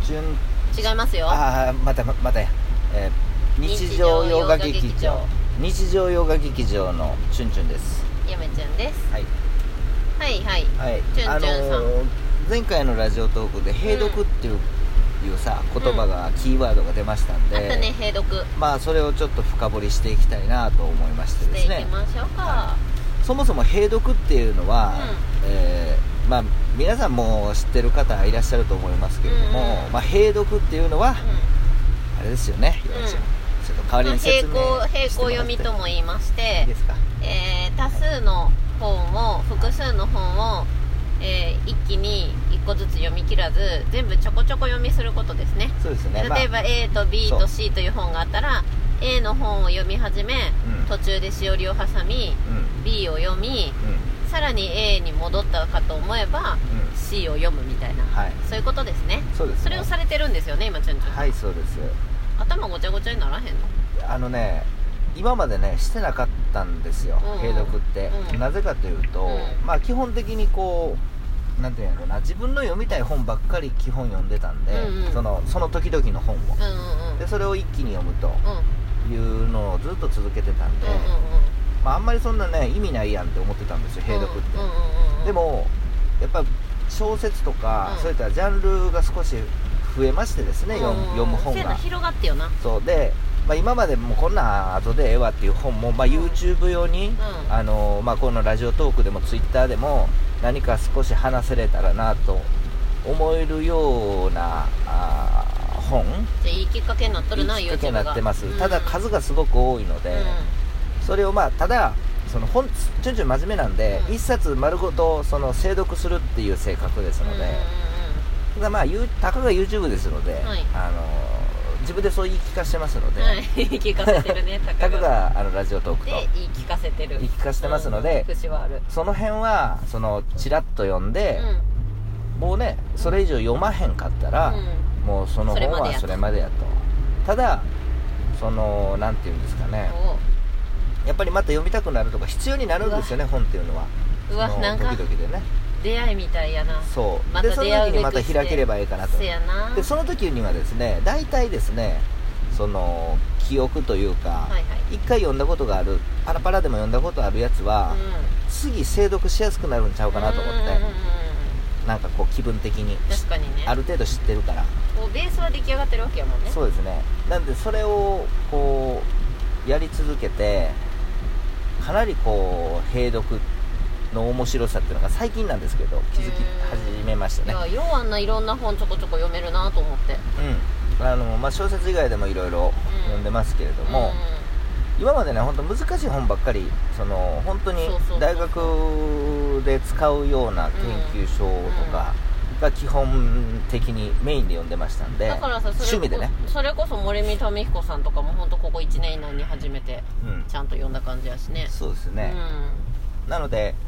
違いますよ。 またや、日常洋画劇場のチュンチュンです。 やめちゃんです。 はいチュンチュンさん、 前回のラジオトークで閉読っていうさ、言葉が、キーワードが出ましたんで、 あったね、閉読。 それをちょっと深掘りしていきたいなと思いましてですね。 していきましょうか。 そもそも閉読っていうのは、皆さんも知ってる方いらっしゃると思いますけれども、閉読っていうのは、あれですよね、ちょっと代わりに説明してもらって。 並行読みとも言いまして、 いいですか。 多数の複数の本を、一気に1個ずつ読み切らず、全部ちょこちょこ読みすることですね。 そうですね。 例えば A と B と C という本があったら、A の本を読み始め、途中でしおりを挟み、B を読み、さらに A に戻ったかと思えば、C を読むみたいな、そういうことですね。 そうですね。 それをされてるんですよね、今チュンチュン。 はい、そうです。 頭ごちゃごちゃにならへんの？ 今までねしてなかったんですよ、閉読って。なぜかというと、基本的になんていうのかな、自分の読みたい本ばっかり基本読んでたんで、その時々の本を、でそれを一気に読むというのをずっと続けてたんで、あんまりそんなね意味ないやんって思ってたんですよ、閉読って。でもやっぱ小説とか、そういったジャンルが少し増えましてですね、読む本が広がってよな。 そうで、今までもこんな後でええわっていう本も、YouTube 用に、このラジオトークでも Twitter でも何か少し話せれたらなと思えるような本、 じゃいいきっかけになっとるな。 いいきっかけになってます。ただ数がすごく多いので、それをただその本ちょんちょん真面目なんで、一冊丸ごと精読するっていう性格ですので、ただたかが YouTube ですので、自分でそう言い聞かせてますので、 言い聞かせてるね。 たかがラジオトークとで言い聞かせてる、 言い聞かせてますので、 節はある。 その辺はチラッと読んで、もうねそれ以上読まへんかったら、もうその本はそれまでやと。ただなんていうんですかね、やっぱりまた読みたくなるとか必要になるんですよね、本っていうのは。 なんか時々でね、 出会いみたいやな。 そうでその時にまた開ければいいかなと。でその時にはですね、大体ですね、記憶というか、一回読んだことがある、パラパラでも読んだことあるやつは、次精読しやすくなるんちゃうかなと思って、なんか気分的に、 確かにね、 ある程度知ってるから、 ベースは出来上がってるわけやもんね。 そうですね。なんでそれをやり続けて、かなり閉読の面白さっていうのが最近なんですけど気づき始めましたね。 ようあんないろんな本ちょこちょこ読めるなと思って。 小説以外でもいろいろ読んでますけれども、今までね本当難しい本ばっかり、本当に大学で使うような研究書とかが基本的にメインで読んでましたんで、 だからさ、 趣味でね、 それこそ森見民彦さんとかも本当ここ1年以内に初めてちゃんと読んだ感じやしね。 そうですね。なので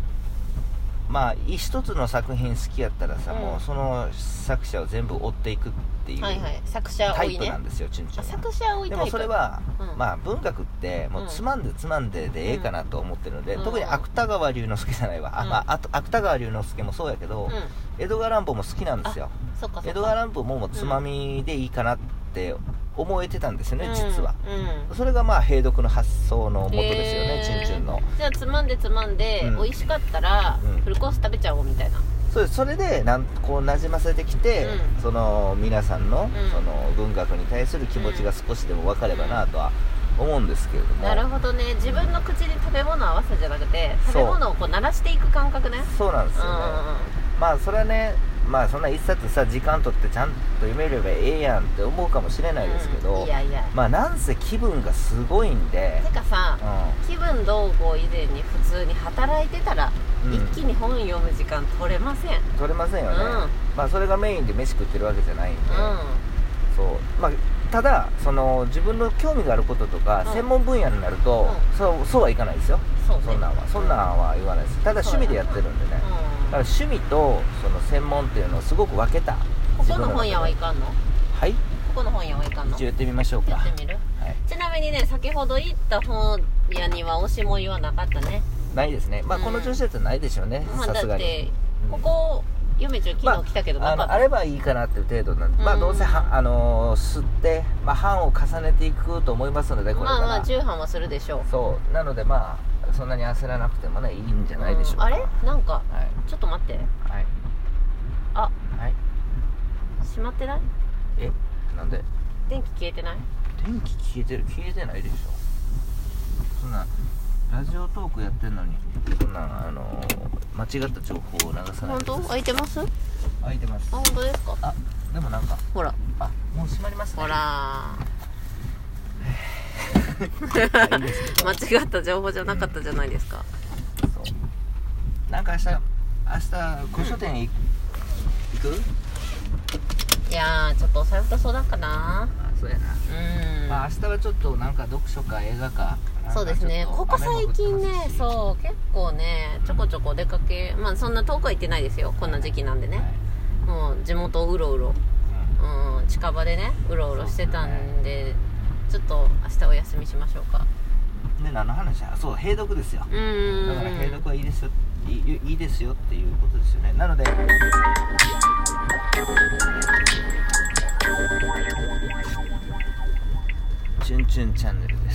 一つの作品好きやったらさ、もうその作者を全部追っていくっていうタイプなんですよ、チュンチュンは。 作者多いタイプ。 でもそれは、文学ってもうつまんででええかなと思ってるので、特に芥川龍之介じゃないわ、芥川龍之介もそうやけど、江戸川乱歩も好きなんですよ。江戸川乱歩もつまみでいいかなって思えてたんですよね、実は。それが閉読の発想の元ですよね、チュンチュンの。 じゃあつまんで、美味しかったらフルコース食べちゃおうみたいな。 そうです。それで馴染ませてきて、皆さんの文学に対する気持ちが少しでも分かればなとは思うんですけれども。 なるほどね。自分の口に食べ物を合わせじゃなくて、食べ物を慣らしていく感覚ね。 そうなんですよね。それはね、そんな一冊さ時間取ってちゃんと読めればええやんって思うかもしれないですけど、なんせ気分がすごいんで。 てかさ、気分どうこう以前に普通に働いてたら、一気に本読む時間取れませんよね。それがメインで飯食ってるわけじゃないんで、そうただ自分の興味があることとか、専門分野になると、そうはいかないですよ。そんなんは言わないです。ただ趣味でやってるんでね、だから趣味と専門っていうのをすごく分けた。 ここの本屋はいかんの？ はい、ここの本屋はいかんの？ 一応やってみましょうか。 やってみる？ちなみにね、先ほど言った本屋には押しも言わなかったね。 ないですね。この調子だとないでしょうね、さすがに。 だってここ嫁ちゃん昨日来たけどなかった、 あればいいかなっていう程度なんで、どうせ吸って、版を重ねていくと思いますので、これから重版はするでしょう。 そうなのでそんなに焦らなくてもねいいんじゃないでしょうか。 あれなんか、ちょっと待って、閉まってない？ なんで？ 電気消えてない？ 電気消えてないでしょ。そんなラジオトークやってんのにそんな間違った情報を流さない。 本当？開いてます？ 開いてます。 本当ですか？ でもなんかほら、 もう閉まりますね。 ほらいいです間違った情報じゃなかったじゃないですか。 そうなんか明日古書店行く？ いやーちょっとお財布と相談かな。 そうやな。明日はちょっとなんか読書か映画か。 そうですね。ここ最近ね、そう結構ねちょこちょこ出かけ、そんな遠くは行ってないですよ。こんな時期なんでね。もう地元をうろうろ、近場でねうろうろしてたんで、ちょっと明日お休みしましょうか。 で何の話や？そう閉読ですよ。だから閉読はいいですよ。いいですよっていうことですよね。なのでチュンチュンチャンネルです。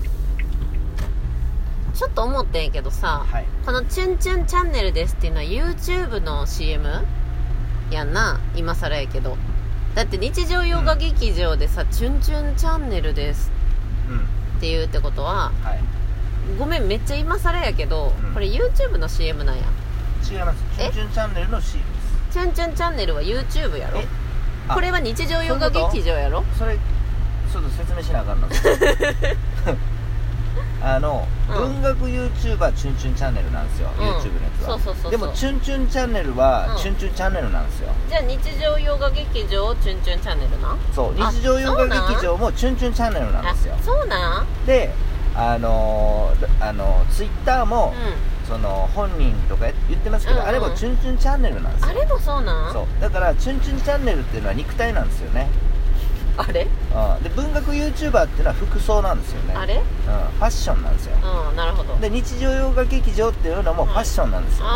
ちょっと思ってんけどさ、このチュンチュンチャンネルですっていうのは YouTube の CM やんな。今更やけど、だって日常洋画劇場でさ、チュンチュンチャンネルですっていうってことは、ごめんめっちゃ今更やけど、これ YouTube の CM なんや。 違います。チュンチュンチャンネルの CM です。 チュンチュンチャンネルは YouTube やろ。これは日常洋画劇場やろ。 それちょっと説明しなあかんの文学 YouTuber チュンチュンチャンネルなんですよ、YouTube のやつは。そうでもチュンチュンチャンネルは、チュンチュンチャンネルなんですよ。 じゃあ日常洋画劇場チュンチュンチャンネルな。 そう日常洋画劇場もチュンチュンチャンネルなんですよ。 そうなんでTwitter も、その本人とか言ってますけど、あれもチュンチュンチャンネルなんですよ。 あれもそうなん？ そうだからチュンチュンチャンネルっていうのは肉体なんですよね。 あれ？ で文学 YouTuber っていうのは服装なんですよね。 あれ？ ファッションなんですよ。 なるほど。 で日常洋画劇場っていうのもファッションなんですよね。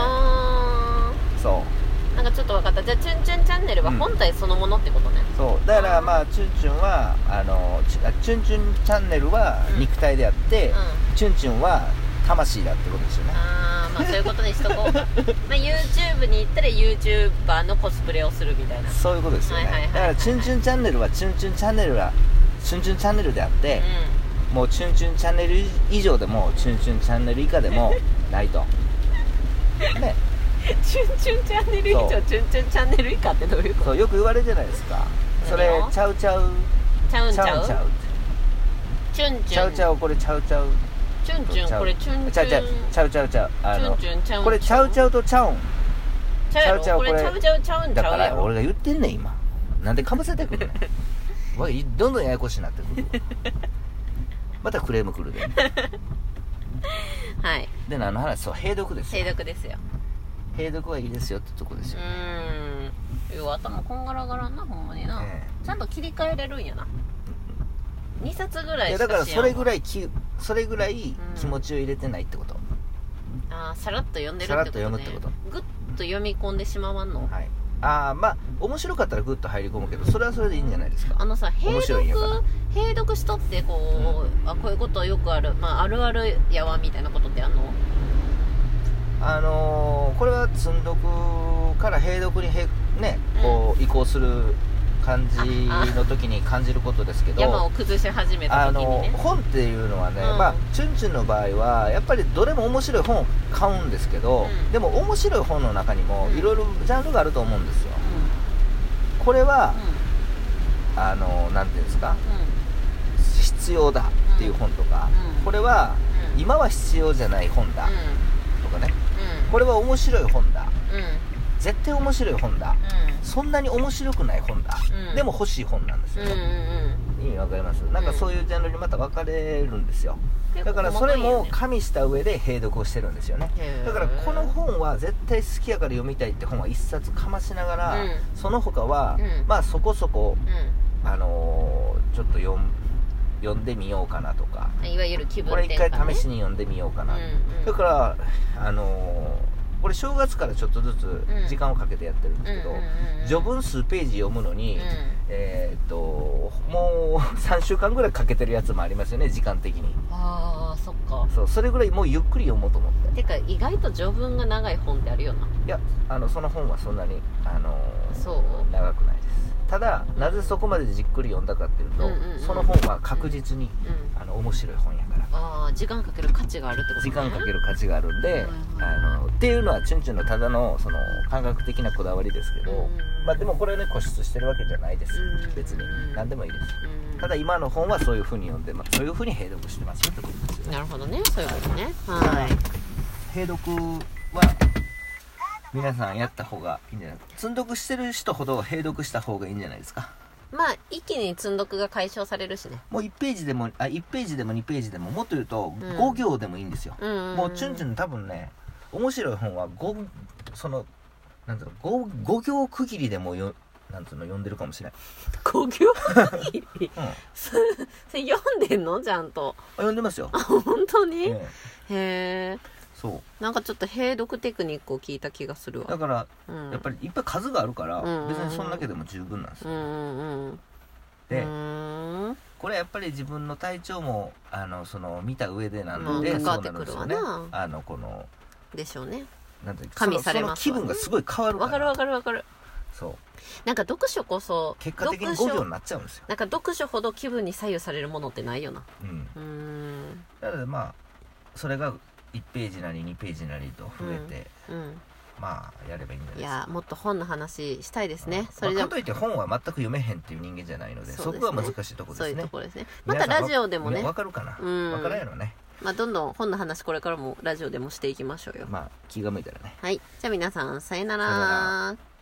そうなんかちょっと分かった。じゃあチュンチュンチャンネルは本体そのものってことね。 そうだからチュンチュンはチュンチュンチャンネルは肉体であって、チュンチュンは魂だってことですよね。 そういうことにしとこうYouTube に行ったら YouTuber のコスプレをするみたいな、そういうことですよね。だからチュンチュンチャンネルはチュンチュンチャンネルはチュンチュンチャンネルであって、もうチュンチュンチャンネル以上でもチュンチュンチャンネル以下でもないとね。 チュンチュンチャンネル以上チュンチュンチャンネル以下ってどういうこと？ そうよく言われるじゃないですか。それチャウチャウチャウチャウチュンチュンチャウチャウこれチャウチャウチュンチュンこれチュンチュンチャウチャウチャウチュンチュンこれチャウチャウとチャウンチャウチャウこれチャウチャウチャウンだから俺が言ってんねん今。なんでかぶせてくるねんどんどんややこしになってくるまたクレームくるではい。 で何の話？そう閉読ですよ。 閉読ですよ。 閉読はいいですよってとこですよ。 頭こんがらがらんなほんまにな、ちゃんと切り替えれるんやな。2冊ぐらいしかしやんわ。 だからそれぐらい気持ちを入れてないってこと。 さらっと読んでるってことね。さらっと読むってこと。グッと読み込んでしまわんの。 はい。面白かったらグッと入り込むけど、それはそれでいいんじゃないですか。 閉読しとってこういうことよくある、あるあるやわみたいなことってあんの？ これは積んどくから閉読にこう移行する感じの時に感じることですけど、 山を崩し始めた時にね、 本っていうのはね、チュンチュンの場合はやっぱりどれも面白い本を買うんですけど、でも面白い本の中にもいろいろジャンルがあると思うんですよ。これは、なんていうんですか、必要だっていう本とか、これは、今は必要じゃない本だ、とかね、これは面白い本だ、絶対面白い本だ、そんなに面白くない本だ、でも欲しい本なんですよね。意味わかります？なんかそういうジャンルにまた分かれるんですよ。だからそれも加味した上で閉読をしてるんですよね。だからこの本は絶対好きやから読みたいって本は一冊かましながら、その他は、そこそこ、ちょっと読んでみようかなとか、 いわゆる気分転換ね、 これ一回試しに読んでみようかな、だからこれ正月からちょっとずつ時間をかけてやってるんですけど、序文数ページ読むのに、もう3週間ぐらいかけてるやつもありますよね、時間的に。 ああ、そっか。 そう、それぐらいもうゆっくり読もうと思って。 てか意外と序文が長い本ってあるよな。 いや、その本はそんなにそう長くないです。ただ、なぜそこまでじっくり読んだかっていうと、その本は確実に、面白い本やから。 ああ、時間かける価値があるってことね。 時間かける価値があるんで、っていうのはチュンチュンのただのその感覚的なこだわりですけど、まあでもこれね、固執してるわけじゃないです。別に何でもいいです。ただ今の本はそういう風に読んで、そういう風に併読してますよってことですよね。 なるほどね、そういうことね。はい。 併読は皆さんやった方がいいんじゃないですか。積んどくしてる人ほど併読した方がいいんじゃないですか。 まあ一気に積んどくが解消されるしね。 もう1ページでも1ページでも2ページでも、もっと言うと5行でもいいんですよ。もうチュンチュン多分ね、面白い本はなんていうの、5行区切りでもなんていうの読んでるかもしれない。 5行区切り、それ読んでんのちゃんと。 読んでますよ。 本当に？へえ。 そう。 なんかちょっと併読テクニックを聞いた気がするわ。 だから、やっぱりいっぱい数があるから、別にそんだけでも十分なんですよ。で、これやっぱり自分の体調も見た上でなんで、 関わってくるわな。 このでしょうね。 なんていうか、 加味されますわね。 その気分がすごい変わるから。 わかる。 そう。 なんか読書こそ結果的に5行になっちゃうんですよ。 なんか読書ほど気分に左右されるものってないよな。 だからまあそれが1ページなり2ページなりと増えて、まあやればいいんじゃないですか。 いや、もっと本の話したいですね。 それでかといって本は全く読めへんっていう人間じゃないので、そこが難しいところですね。 そういうところですね。またラジオでもね、 分かるかな。分からんやろね。 まあどんどん本の話これからもラジオでもしていきましょうよ。 まあ気が向いたらね。 はい。じゃあ皆さんさよなら。